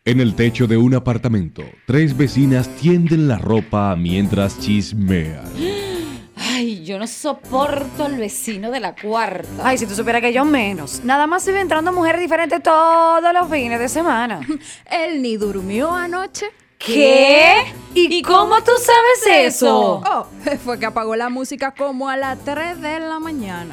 En el techo de un apartamento, tres vecinas tienden la ropa mientras chismean. Ay, yo no soporto al vecino de la cuarta. Ay, si tú supieras que yo menos. Nada más sigue entrando mujeres diferentes todos los fines de semana. Él ni durmió anoche. ¿Qué? ¿Y cómo tú sabes eso? Oh, fue que apagó la música como a las 3 de la mañana.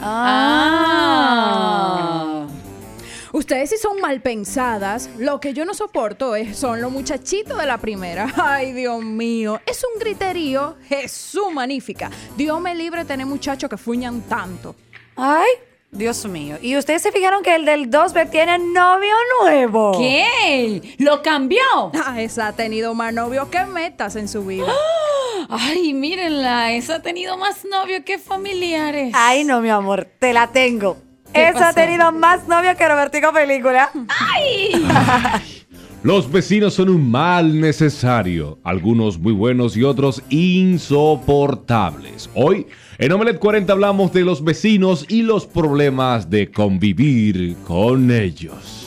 Ustedes sí son mal pensadas. Lo que yo no soporto son los muchachitos de la primera. Ay, Dios mío. Es un griterío. Jesús magnífica. Dios me libre de tener muchachos que fuñan tanto. Ay, Dios mío. ¿Y ustedes se fijaron que el del 2B tiene novio nuevo? ¿Qué? ¿Lo cambió? Ah, esa ha tenido más novios que metas en su vida. Ay, mírenla. Esa ha tenido más novio que familiares. Ay, no, mi amor. Te la tengo. ¿Qué Esa ha pasó? tenido más novio que Robertico película. ¡Ay! Los vecinos son un mal necesario, algunos muy buenos y otros insoportables. Hoy, en Omelet 40 hablamos de los vecinos y los problemas de convivir con ellos.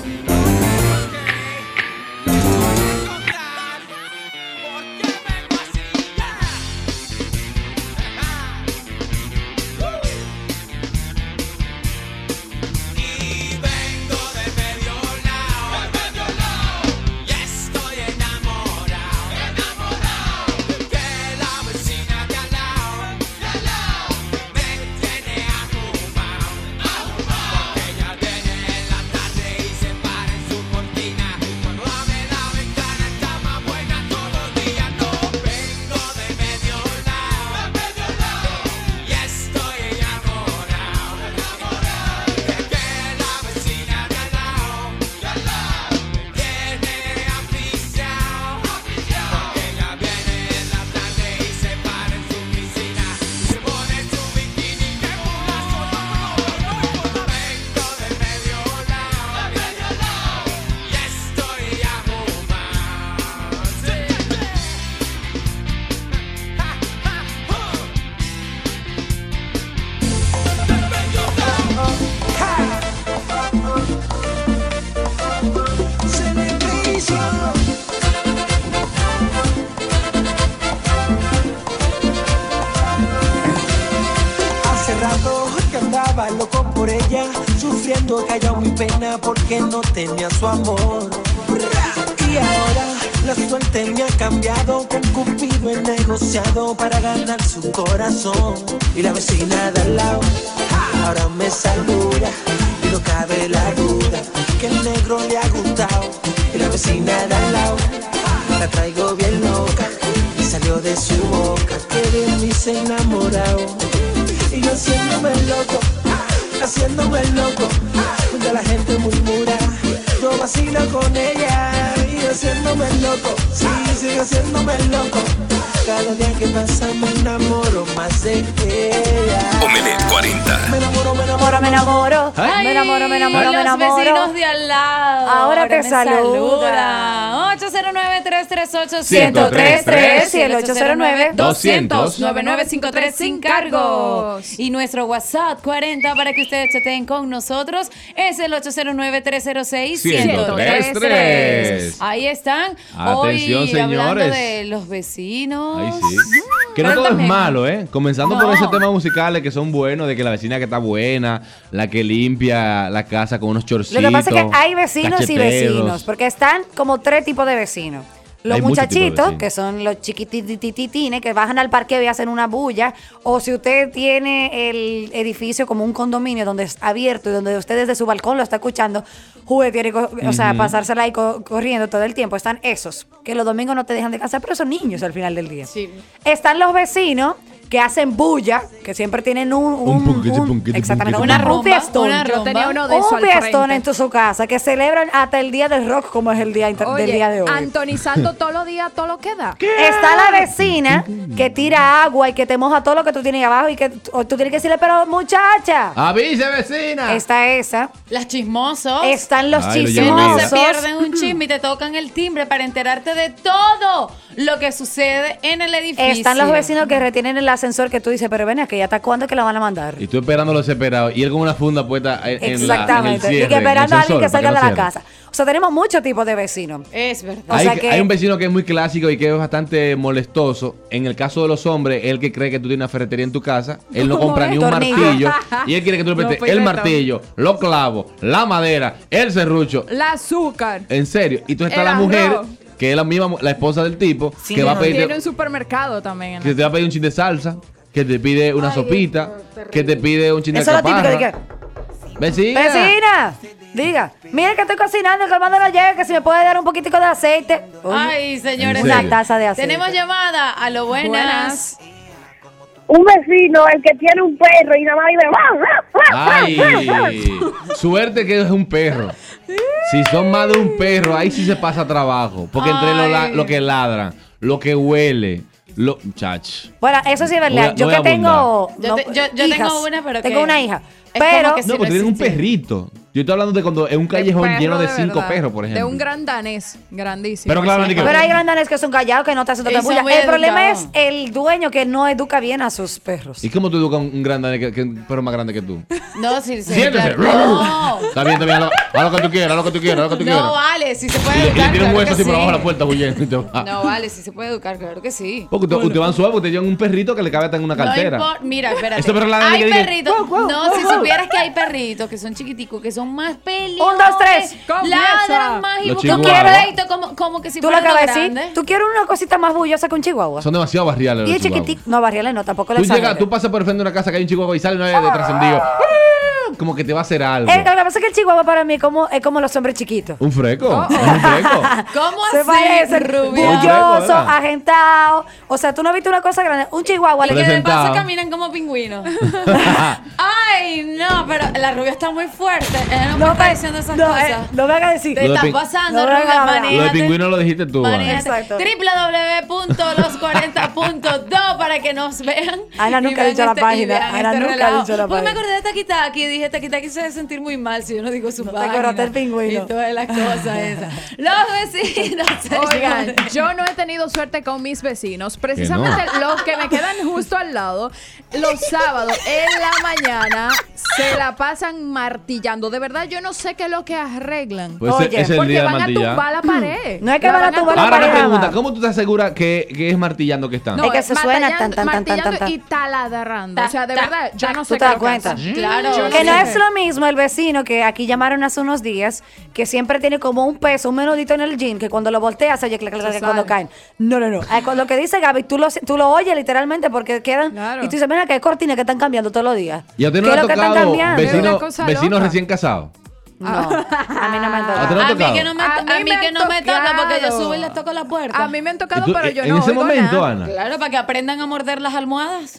Loco por ella, sufriendo callado mi pena porque no tenía su amor. Y ahora la suerte me ha cambiado, con Cupido he negociado para ganar su corazón. Y la vecina de al lado ahora me saluda y no cabe la duda que el negro le ha gustado. Y la vecina de al lado la traigo bien loca y salió de su boca que de mí se ha enamorado. Y yo haciéndome loco, cuando la gente murmura, yo vacilo con ella. Y yo haciéndome loco, sí, sigo haciéndome loco. Cada día que pasa me enamoro más de ella. Omelet 40. Me enamoro. Ay, Me enamoro. Los vecinos de al lado. Ahora te me saluda. 809-338-1033 y el 809-200-9953 sin cargos. Y nuestro WhatsApp 40 para que ustedes chateen con nosotros es el 809-306-1033. Ahí están. Atención, Hoy hablando señores. de los vecinos. Ay, sí. Que no todo es Cuéntame. malo, ¿eh? Comenzando por No. esos temas musicales que son buenos, de que la vecina que está buena, la que limpia la casa con unos chorcitos. Lo que pasa es que hay vecinos y cacheteros. vecinos, porque están como tres tipos de vecinos. Los Hay muchos tipos de muchachitos, vecinos. que son los chiquitititines, que bajan al parqueo y hacen una bulla. O si usted tiene el edificio como un condominio donde es abierto y donde usted desde su balcón lo está escuchando, tiene o sea, pasársela ahí corriendo todo el tiempo. Están esos, que los domingos no te dejan descansar, pero son niños al final del día. Sí. Están los vecinos que hacen bulla, que siempre tienen exactamente, Una rumba, un fiestón. una Yo tenía uno de esos Un al fiestón frente. en su casa que celebran hasta el día del rock, como es el día del Oye, día de hoy. antonizando todos los días todo lo que da. Está la vecina que tira agua y que te moja todo lo que tú tienes ahí abajo y que tú tienes que decirle, pero muchacha. ¡Avise, vecina! Está esa. Las chismosos. Están los Ay, lo Que llamo no se chismosos. pierden un chisme y te tocan el timbre para enterarte de todo lo que sucede en el edificio. Están los vecinos que retienen el ascensor que tú dices, pero ven aquí, ¿hasta cuándo es que la van a mandar? Y tú esperándolo desesperado. Y él con una funda puesta en Exactamente. el cierre, Y que esperando a alguien que salga de la cierre. casa. O sea, tenemos muchos tipos de vecinos. Es verdad. O sea que- Hay un vecino que es muy clásico y que es bastante molestoso. En el caso de los hombres, el que cree que tú tienes una ferretería en tu casa, él no compra ni un Tornillo. martillo. Y él quiere que tú le prestes No, el pues, martillo, los clavos, la madera, el serrucho. La azúcar. En serio. Y tú está El la mujer, arroz. que es la misma, la esposa del tipo, Sí, que va a tiene pedir Tiene un supermercado también. que te va a pedir un chin de salsa, que te pide una sopita, que te pide un chin de Eso es lo típico de caparra. que, Vecina. vecina, diga, mira que estoy cocinando, que el mando no llega, que si me puede dar un poquitico de aceite. Ay, señores. ¿En Una serio? taza de aceite. Tenemos llamada. A lo buenas. Un vecino, el que tiene un perro y nada más vive. Ay, suerte que es un perro. Si son más de un perro, ahí sí se pasa trabajo. Porque entre Ay. lo que ladran, lo que huele, muchachos. Bueno, eso sí es verdad. No Yo voy a que tengo Yo tengo hijas, una, pero tengo que una hija. es como Pero que sí No, porque tienen un existe. perrito. Yo estoy hablando de cuando es un callejón lleno de 5 perros, por ejemplo. De un gran danés, grandísimo. Pero claro, Sí. ni que- Pero hay grandanes que son callados, que no te hacen Y tanta son bulla. muy El problema es educados. el dueño que no educa bien a sus perros. ¿Y cómo tú educas un gran danés que un perro más grande que tú? No, sí, sí. Siéntese. claro. No. Está bien, haz lo que tú quieras, haz lo que tú quieras, haz lo que tú quieras. No vale, si se Y puede le educar. tira un claro hueso que así por sí. abajo de la puerta huyendo y te va. No vale, si se puede educar, claro que sí. Porque te van suave porque te llevan un perrito que le cabe hasta en una cartera. No mira, espérate. Esto pero la hay que diga, perritos. "Guau, guau, no, guau, si guau". supieras que hay perritos que son chiquiticos, que son más peligrosos. 1, 2, 3. Ladran más y Los buscan un chihuahuas. pleito como que si Tú lo fueran acabas de decir. grandes. ¿Tú quieres una cosita más bullosa que un chihuahua? Son demasiado barriales Y los es chihuahuas. chiquitico. No, barriales no, tampoco le Tú llegas, exageres. tú pasas por el frente de una casa que hay un chihuahua y sale una vez de trascendido. Como que te va a hacer algo. Lo que pasa es que el chihuahua para mí es como los hombres chiquitos. Un freco. Es un freco. ¿Cómo Se así, parece, Rubia? bulloso, ¿verdad? agentado. O sea, tú no has visto una cosa grande. Un chihuahua. Y le que de paso Presentado. caminan como pingüinos. Ay, no, pero la rubia está muy fuerte. Ella no, puede estar diciendo esas cosas. no me hagas decir. Te Lo de estás ping- pasando, No me Rubia, hagas hablar. Lo de manéjate. pingüino lo dijiste tú. Ana. Manéjate. Exacto. www.los40.2 para que nos vean. Ana nunca ha y dicho vean la página. y vean Ana este nunca ha relajo. dicho la Porque me página. acordé de Taki-Taki y dije, Taki-Taki se debe sentir muy mal si yo no digo su No te página. acordaste del pingüino. Y todas las cosas esas. Los vecinos. Oigan, señores. yo no he tenido suerte con mis vecinos. Precisamente los que me quedan justo al lado, los sábados en la mañana se la pasan martillando. De verdad, yo no sé qué es lo que arreglan. Pues Oye, ese es el Porque día de van a martillar. tumbar la pared. No es que van a tumbar la Ahora una pared, pregunta, mamá. ¿cómo tú te aseguras que es martillando que están? Es que se suena tan, tan, tan, tan, martillando tan. y taladrando. Ta, O sea, de ta, verdad, yo ta. no ¿Tú sé te qué das es lo que cuenta? hacen. Claro. Yo Que no sé. es lo mismo el vecino que aquí llamaron hace unos días, que siempre tiene como un peso, un menudito en el jean, que cuando lo volteas se oye clac, clac, clac, Se cuando sale. caen. No, no, no. Con lo que dice Gaby, tú lo oyes literalmente porque quedan. Claro. Y tú dices, mira, que hay cortinas que están cambiando todos los días. ¿Y a ti no ¿Qué le es ha lo que están tocado cambiando? Es una vecinos cosa vecinos loca. recién casados? No, a mí no me han ¿A ti tocado. no te ha A mí tocado? que no me, A mí a mí me que han no me toca porque yo tocado. subo y les toco la puerta. A mí me han ¿Y tocado, tú- pero yo en no ese oigo momento, nada. Ana? Claro, para que aprendan a morder las almohadas.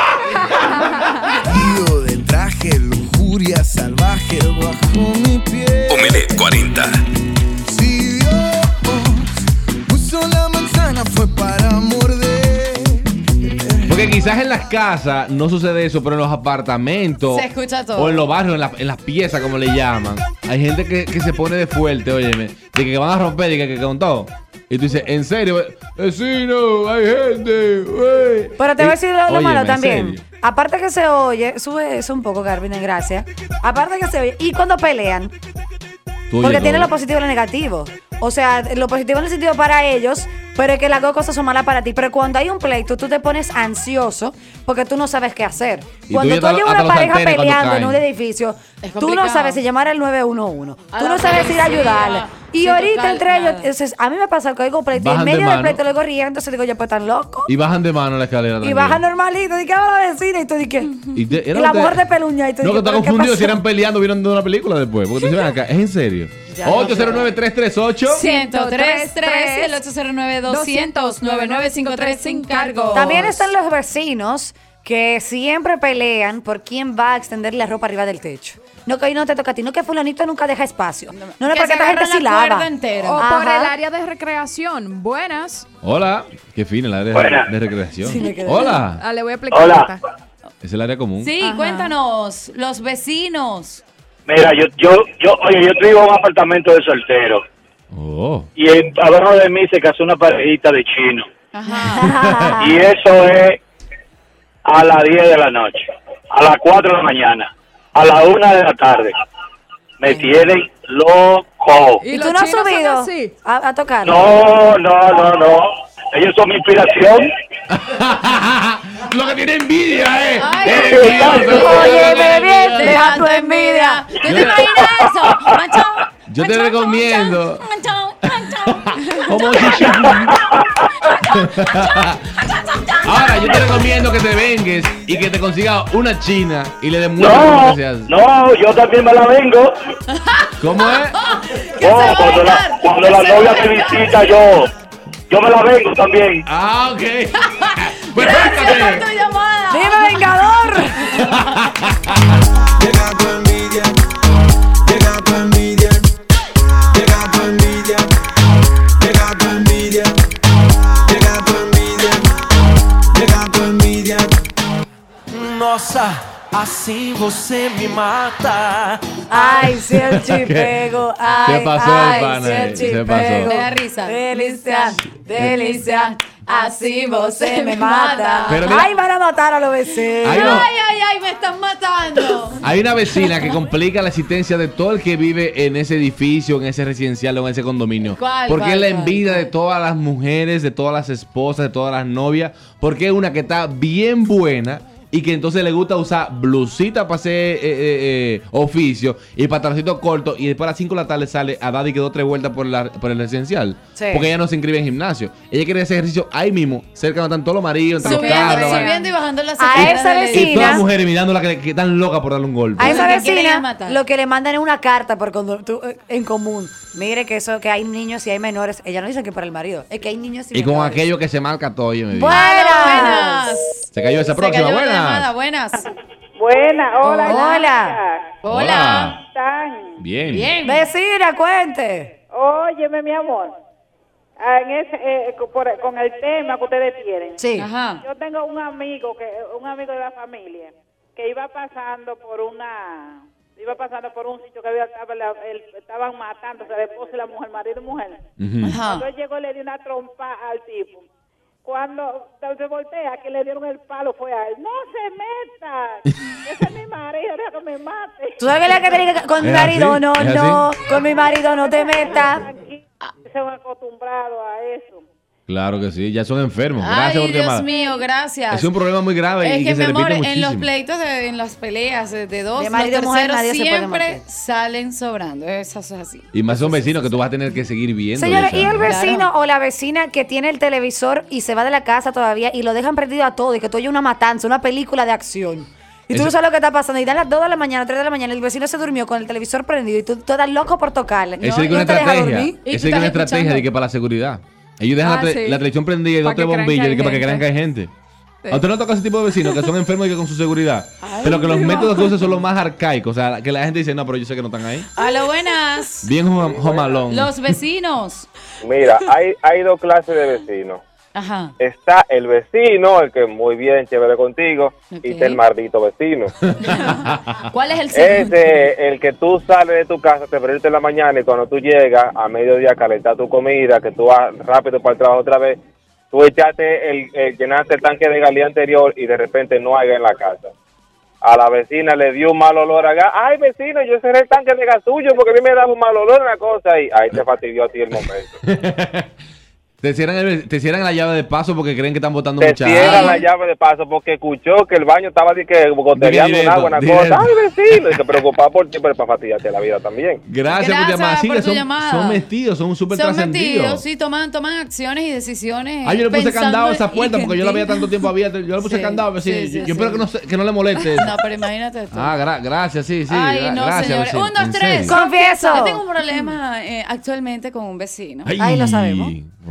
Tío de traje, lujuria salvaje bajo mi piel. Omelet 40. Si Dios puso la manzana fue para morder. Porque quizás en las casas no sucede eso, pero en los apartamentos Se escucha todo. o en los barrios, en las piezas como le llaman, hay gente que se pone de fuerte, óyeme, de que van a romper y que con todo. Y tú dices, ¿en serio? Vecino, hay gente, güey. Pero te voy a decir lo Óyeme, malo en también. serio. Aparte que se oye, sube eso un poco, Carmen, en gracia. Aparte que se oye, y cuando pelean, Tú porque oyes tiene todo. lo positivo y lo negativo. O sea, lo positivo en el sentido para ellos, pero es que las dos cosas son malas para ti. Pero cuando hay un pleito, tú te pones ansioso porque tú no sabes qué hacer. Y Cuando tú tú oyes oyes hasta una los pareja sartenes cuando peleando en un caen. edificio, Es tú no complicado. sabes si llamar al 911. A Tú la no sabes ir a policía. ayudarle. Y Sí, ahorita total, entre ellos, nada. entonces, a mí me pasa que oigo pleito y en Bajan de medio del mano. pleito lo oigo riendo, entonces digo, yo pues tan loco. Y bajan de mano la escalera Y también. baja normalito, y que va la vecina, y tú di que. Y, Y la mujer de peluña, y tú No, que di está ¿pero qué confundido si pasó? eran peleando o vieron de una película después. Porque tú dices, ven acá, ¿es en serio? 809-338. 103.3 el 809-200-9953 sin cargo. También están los vecinos que siempre pelean por quién va a extender la ropa arriba del techo. No, que hoy no te toca a ti, no, que fulanito nunca deja espacio. No, Que porque se esta gente agarran sí la cuerda lava. entera. O Ajá. por el área de recreación. Buenas. Hola. Qué fina el área Buena. de recreación. Sí, me quedé. Hola. Ah, le voy a explicar. Hola. ahorita. Es el área común. Sí, Ajá. cuéntanos, los vecinos. Mira, yo vivo en un apartamento de soltero Oh. y abajo de mí se casó una parejita de chino. Ajá. Y eso es a las 10 de la noche, a las 4 de la mañana, a las 1 de la tarde. Me tienen loco. ¿Y tú no has subido a tocar? No. Ellos son mi inspiración. Lo que tiene envidia, Óyeme bien, deja tu envidia. ¿Tú te imaginas eso? Yo te recomiendo. Como Ahora, yo te recomiendo que te vengues y que te consigas una china y le demuestres lo que se hace. No, yo también me la vengo. ¿Cómo es? Cuando la novia me visita, yo me la vengo también. Ah, ok. Pues Gracias por tu llamada. ¡Dime, vengador! Llega tu envidia, llega tu envidia, llega tu envidia, llega tu envidia, llega tu envidia, llega tu envidia. Nossa, assim você me mata. Ay, si el chipego. Ay, Se pasó el pana si el ahí, se chipego. pasó. Me da risa. Delicia, delicia. Así vos me mata. Pero mira- Ay, van a matar a los vecinos. Ay, no. Ay, me están matando. Hay una vecina que complica la existencia de todo el que vive en ese edificio, en ese residencial o en ese condominio. ¿Cuál, Porque cuál, es la cuál, envidia cuál? de todas las mujeres, de todas las esposas, de todas las novias. Porque es una que está bien buena y que entonces le gusta usar blusita para hacer oficio y pantaloncitos cortos y después a las 5 de la tarde sale a dar y que 2 o 3 vueltas por el residencial. Sí. Porque ella no se inscribe en gimnasio. Ella quiere hacer ejercicio ahí mismo, cerca donde están todos los maridos, entre los carros. Subiendo y bajando las A escaleras esa del vecina- Y todas las Mira. mujeres mirándola que están locas por darle un golpe. A esa Que quieren vecina matar. lo que le mandan es una carta en común. Mire que eso, que hay niños y hay menores. Ella no dice que para el marido, es que hay niños y Y con menores. aquello que se marca todo, yo me digo. Buenas. Se cayó esa Se próxima, cayó la buenas. llamada, buenas. Buena, hola. Hola. Hola. ¿Cómo están? Bien. Bien. Vecina, cuente. Óyeme, mi amor. Con el tema que ustedes tienen. Sí. Ajá. Yo tengo un amigo de la familia que iba pasando por un sitio que estaban matándose el esposo y la mujer, marido y mujer. Ujú. Ajá. Cuando él llegó le dio una trompa al tipo. Cuando se voltea, que le dieron el palo fue a él. ¡No se meta! Ese es mi marido, deja que me mate. ¿Tú sabes la que tiene que con mi ¿Es marido? así? No, ¿Es no. así? Con mi marido no te metas. Aquí se han acostumbrado a eso. Claro que sí, ya son enfermos. Gracias Ay, por tu Dios llamada. mío, gracias. Es un problema muy grave Es y que, que se mi amor, repite en los muchísimo. pleitos, en las peleas de dos, De los marido y mujer, terceros nadie se puede siempre matar. salen sobrando. Eso es así. Y más son vecinos que tú vas a tener que seguir viendo. Señores, ¿y el Lisa. vecino o la vecina que tiene el televisor y se va de la casa todavía y lo dejan prendido a todo y que tú oyes una matanza, una película de acción? Y tú Ese- no sabes lo que está pasando. Y dan las 2 de la mañana, 3 de la mañana, el vecino se durmió con el televisor prendido y tú estás loco por tocarle. Ese es ¿No una te deja estrategia. dormir? ¿Y tú Esa es una estás estrategia escuchando? de que para la seguridad. Ellos dejan Ah, sí. la televisión prendida y dos Pa' o tres que crean bombillos que hay y que para que crean que hay gente. gente. ¿A usted no toca ese tipo de vecinos que son enfermos y que con su seguridad? Pero que los métodos que usan son los más arcaicos. O sea, que la gente dice, no, pero yo sé que no están ahí. Hola, buenas. Bien home alone. Los vecinos. Mira, hay dos clases de vecinos. Ajá. Está el vecino, el que muy bien, chévere contigo, Ok. y está el maldito vecino. ¿Cuál es el segundo? Ese, el que tú sales de tu casa, te prendiste en la mañana y cuando tú llegas a mediodía a calentar tu comida, que tú vas rápido para el trabajo otra vez, tú echaste llenaste el tanque de gas anterior y de repente no hay gas en la casa. A la vecina le dio un mal olor a gas. Ay, vecino, yo cerré el tanque de gas tuyo porque a mí me daba un mal olor en la cosa y ahí te fastidió a ti el momento. Te cierran la llave de paso porque creen que están botando Te mucha cierran agua. la llave de paso porque escuchó que el baño estaba goteando un agua, una Directo. cosa. Ay, vecino, y que preocupado por ti, pero para fastidiarte la vida también. Gracias por Gracias llamar. Sí, por que tu llamada. son metidos, son súper Son trascendidos. metidos, sí, toman acciones y decisiones. Yo le puse pensando candado a esa en- puerta y porque que yo la veía entiendan. tanto tiempo abierta. Yo le puse Sí, candado, vecino. sí, sí, Yo espero que no le moleste. No, pero imagínate tú. Gracias, sí. Ay, no, gracias, señores. vecino. 1, 2, ¿En 3. serio? Confieso. Yo tengo un problema actualmente con un vecino. Ay, lo sabemos.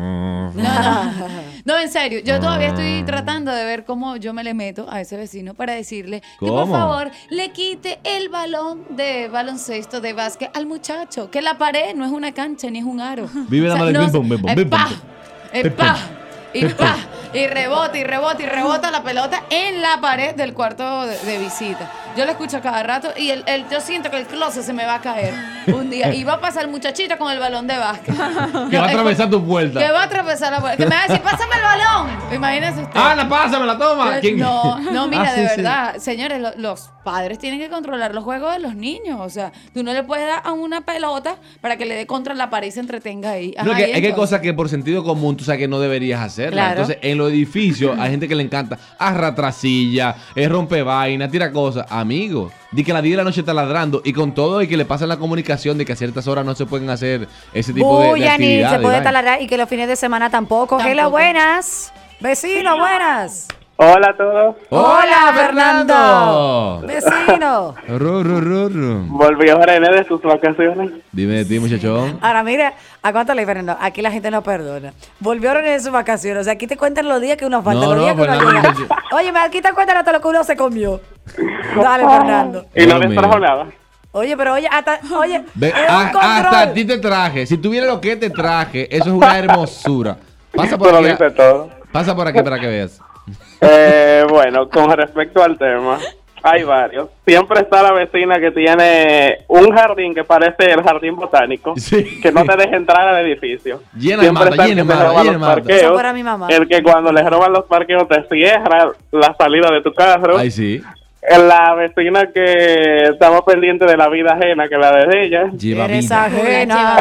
No, en serio, yo todavía estoy tratando de ver cómo yo me le meto a ese vecino para decirle que por ¿Cómo? favor le quite el balón de baloncesto, de básquet al muchacho, que la pared no es una cancha ni es un aro. Vive la madre, bim, bum, bim, bum, es bim, bum, pa, bum. es pa, y pa, y rebota la pelota en la pared del cuarto de visita. Yo lo escucho cada rato y yo siento que el closet se me va a caer un día. Y va a pasar el muchachito con el balón de básquet. Que va a atravesar tu puerta. Que va a atravesar la puerta. Que me va a decir, pásame el balón. Imagínese usted. Ana, pásamela, toma. No, mira, Ah, sí, de sí. verdad. Señores, los padres tienen que controlar los juegos de los niños. O sea, tú no le puedes dar a una pelota para que le dé contra la pared y se entretenga ahí. No, Ajá, que, y es que hay entonces- cosas que por sentido común tú sabes que no deberías hacerlas. Claro. Entonces, en los edificios hay gente que le encanta arrastracilla, rompe vaina, tira cosas. Amigo, di que a las 10 de la noche está ladrando y con todo y que le pasa la comunicación de que a ciertas horas no se pueden hacer ese tipo de Bulla, ni actividades. se puede vaina. taladrar y que los fines de semana tampoco. Tampoco. Hello, buenas. Vecino, buenas. Hola a todos. Hola, Fernando. Vecino. Ru. Volvió René de sus vacaciones. Dime de ti, muchachón. Ahora, mira, ¿a cuánto le Fernando? Aquí la gente no perdona. Volvieron en sus vacaciones. O sea, aquí te cuentan los días que uno falta, No, los días que uno Fernando, llega. muchacho. Oye, aquí te cuentan hasta lo que uno se comió. Dale, Fernando. Y no Dios les trajo mío. nada. Oye, pero oye, oye, Ve, es un hasta control. a ti te traje. Si tuviera lo que te traje, eso es una hermosura. Pasa por Pero aquí. dice todo. Pasa por aquí para que veas. Bueno, con respecto al tema, hay varios. Siempre está la vecina que tiene un jardín que parece el jardín botánico, Sí. que no te deja entrar al edificio. Llena de Siempre mata, está el llena de que te mata, roba llena de los mata. parqueos, Eso fuera mi mamá. el que cuando le roban los parqueos te cierra la salida de tu carro. Ay, sí. La vecina que estamos pendientes de la vida ajena, que la de ella. Lleva Eres vida. ajena.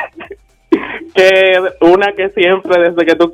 Que una que siempre, desde que tú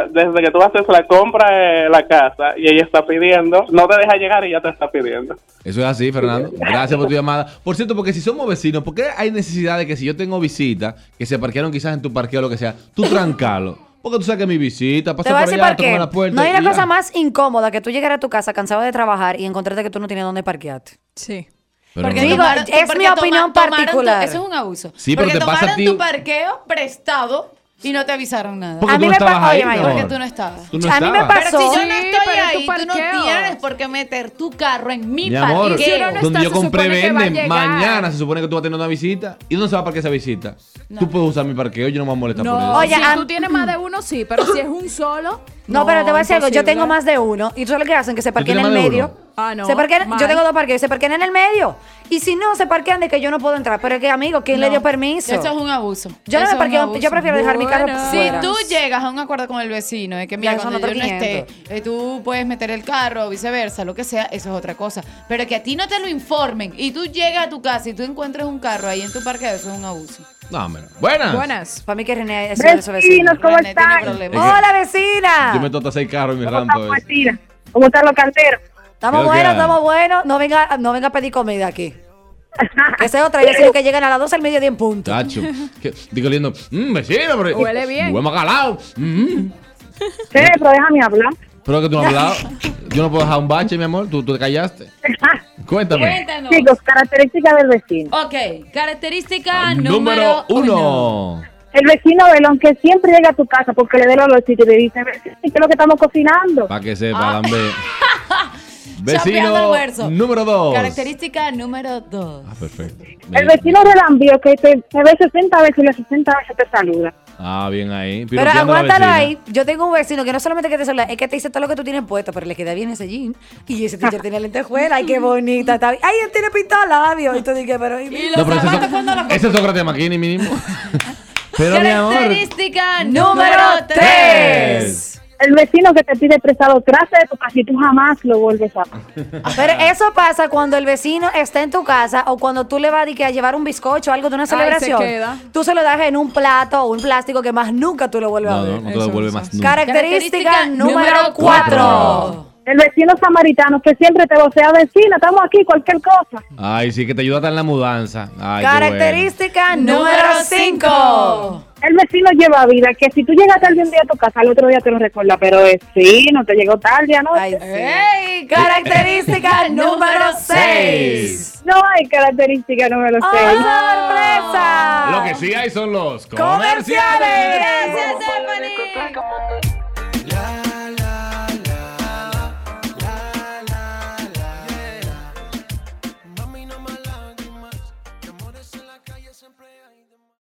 haces la compra de la casa y ella está pidiendo, no te deja llegar y ya te está pidiendo. Eso es así, Fernando. Gracias por tu llamada. Por cierto, porque si somos vecinos, ¿por qué hay necesidad de que si yo tengo visita, que se parquearon quizás en tu parqueo o lo que sea, tú trancalo? Porque tú sabes que mi visita, pasa Te voy a por decir allá, por toca qué. la puerta. No hay y una ya. cosa más incómoda que tú llegar a tu casa cansado de trabajar y encontrarte que tú no tienes dónde parquearte. Sí. Pero Porque no. Digo, es porque mi opinión tomaron particular. eso es un abuso. Sí, pero porque te pasa a tomaron ti- tu parqueo prestado y no te avisaron nada. Porque A tú mí no me estabas pa- ahí, oye, mi Mike, amor. Porque tú no estabas. Tú no A mí me estabas. Pero pasó. si yo no Sí, estoy pero ahí, tu tú no parqueo. tienes por qué meter tu carro en mi Mi amor, parqueo. si uno no donde está, yo se compré supone que va a venden, llegar. mañana se supone que tú vas a tener una visita. ¿Y dónde se va a parquear esa visita? Tú puedes usar mi parqueo, yo no me voy a molestar por No, eso. Oye, si am- tú tienes más de uno, sí, pero si es un solo. No, pero te voy a decir algo. Yo imposible. tengo más de uno. ¿Y tú sabes lo que hacen? Que se parquean en tienes el más de medio. uno? Ah, no, Se parquean, mal. yo tengo dos parqueos. Se parquean en el medio. Y si no, se parquean de que yo no puedo entrar. Pero es que, amigo, ¿quién le dio permiso? Eso es un abuso. Yo no Eso me es un parqueo. abuso. Yo prefiero dejar mi carro Bueno. fuera. Si tú llegas a un acuerdo con el vecino de que mira, Ya son cuando yo otros no esté, 500. tú puedes meter el carro o viceversa, lo que sea, eso es otra cosa. Pero que a ti no te lo informen y tú llegas a tu casa y tú encuentres un carro ahí en tu parqueo, eso es un abuso. No, hombre. Buenas. Buenas. Para mí que René es de su vecino. Vecinos, ¿cómo René tiene están? problemas. ¡Hola, vecina! Yo me toco 6 carros y mi ¿Cómo ranto están, es. Martina? ¿Cómo están los canteros? Estamos ¿Qué es lo que buenos, hay? estamos buenos. No venga a pedir comida aquí. Ese es otra. Hay vecinos que llegan a las 12 del mediodía en punto. Tacho. Digo lindo, vecino, pero. Huele bien. Huele calado. Sí, pero déjame hablar. Pero que tú no has hablado. Yo no puedo dejar un bache, mi amor. Tú te callaste. Cuéntame. Cuéntanos. Chicos, características del vecino. Ok, característica Número número 1. El vecino velón que siempre llega a tu casa porque le dé el olorcito y te dice, "Vecino, ¿qué es lo que estamos cocinando?" Para que sepa, Lambe. Chapeando Vecino almuerzo. número 2. Característica número 2. Ah, perfecto. El vecino relambío que te ve 60 veces y las 60 veces te saluda. Ah, bien ahí. Pero Piropeando a la aguántalo vecina. ahí. Yo tengo un vecino que no solamente que te saluda, es que te dice todo lo que tú tienes puesto, pero le queda bien ese jean. Y ese teacher tiene lentejuela. Ay, qué bonita. Está bien. Ay, él tiene pintado labios. Y tú dices, pero... Y No, pero zapatos cuando los ese es Sócrates Maquini mínimo. Pero mi amor. Característica Número número 3. 3. El vecino que te pide prestado traste de tu casa y tú jamás lo vuelves a Pero eso pasa cuando el vecino está en tu casa o cuando tú le vas a llevar un bizcocho o algo de una Ay, se celebración. queda. Tú se lo das en un plato o un plástico que más nunca tú lo vuelves a No, ver. no, no te lo devuelve más nunca. Característica número 4. 4. El vecino samaritano que siempre te vocea, vecina, estamos aquí, cualquier cosa. Ay, sí, que te ayuda hasta en la mudanza. Ay, Característica número Número 5. 5. El vecino lleva vida, que si tú llegas tarde un día a tu casa, al otro día te lo recuerda, pero vecino, te llegó tarde anoche. Ay, sí. ¡Ey! Característica número 6. No hay característica número 6. ¡Sorpresa! Lo que sí hay son los ¡Comerciales! Gracias, Stephanie.